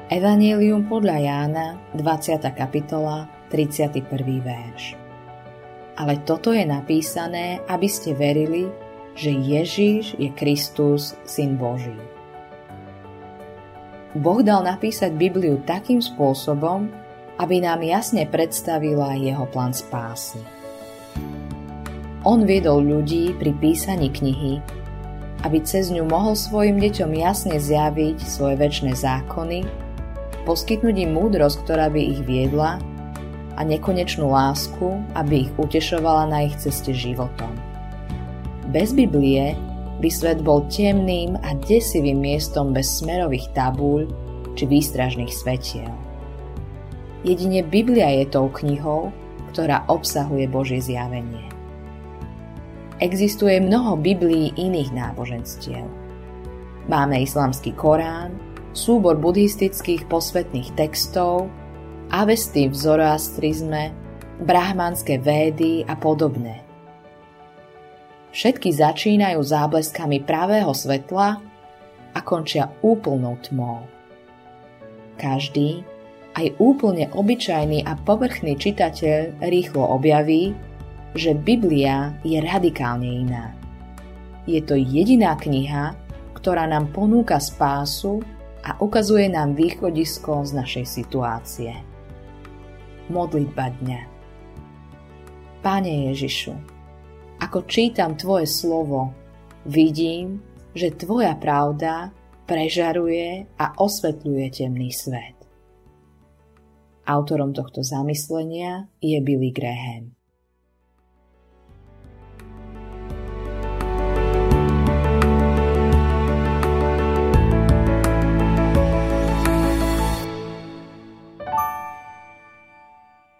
Evanjelium podľa Jána, 20. kapitola, 31. verš. Ale toto je napísané, aby ste verili, že Ježiš je Kristus, Syn Boží. Boh dal napísať Bibliu takým spôsobom, aby nám jasne predstavila jeho plán spásy. On viedol ľudí pri písaní knihy, aby cez ňu mohol svojim deťom jasne zjaviť svoje večné zákony, poskytnúť im múdrosť, ktorá by ich viedla, a nekonečnú lásku, aby ich utešovala na ich ceste životom. Bez Biblie by svet bol temným a desivým miestom bez smerových tabúľ či výstražných svetiel. Jedine Biblia je tou knihou, ktorá obsahuje Božie zjavenie. Existuje mnoho Biblií iných náboženstiev. Máme islamský Korán, súbor buddhistických posvetných textov, avesty v zoroastrizme, brahmanské védy a podobné. Všetky začínajú zábleskami pravého svetla a končia úplnou tmou. Každý, aj úplne obyčajný a povrchný čitateľ rýchlo objaví, že Biblia je radikálne iná. Je to jediná kniha, ktorá nám ponúka spásu a ukazuje nám východisko z našej situácie. Modlitba dňa. Pane Ježišu, ako čítam Tvoje slovo, vidím, že Tvoja pravda prežaruje a osvetľuje temný svet. Autorom tohto zamyslenia je Billy Graham.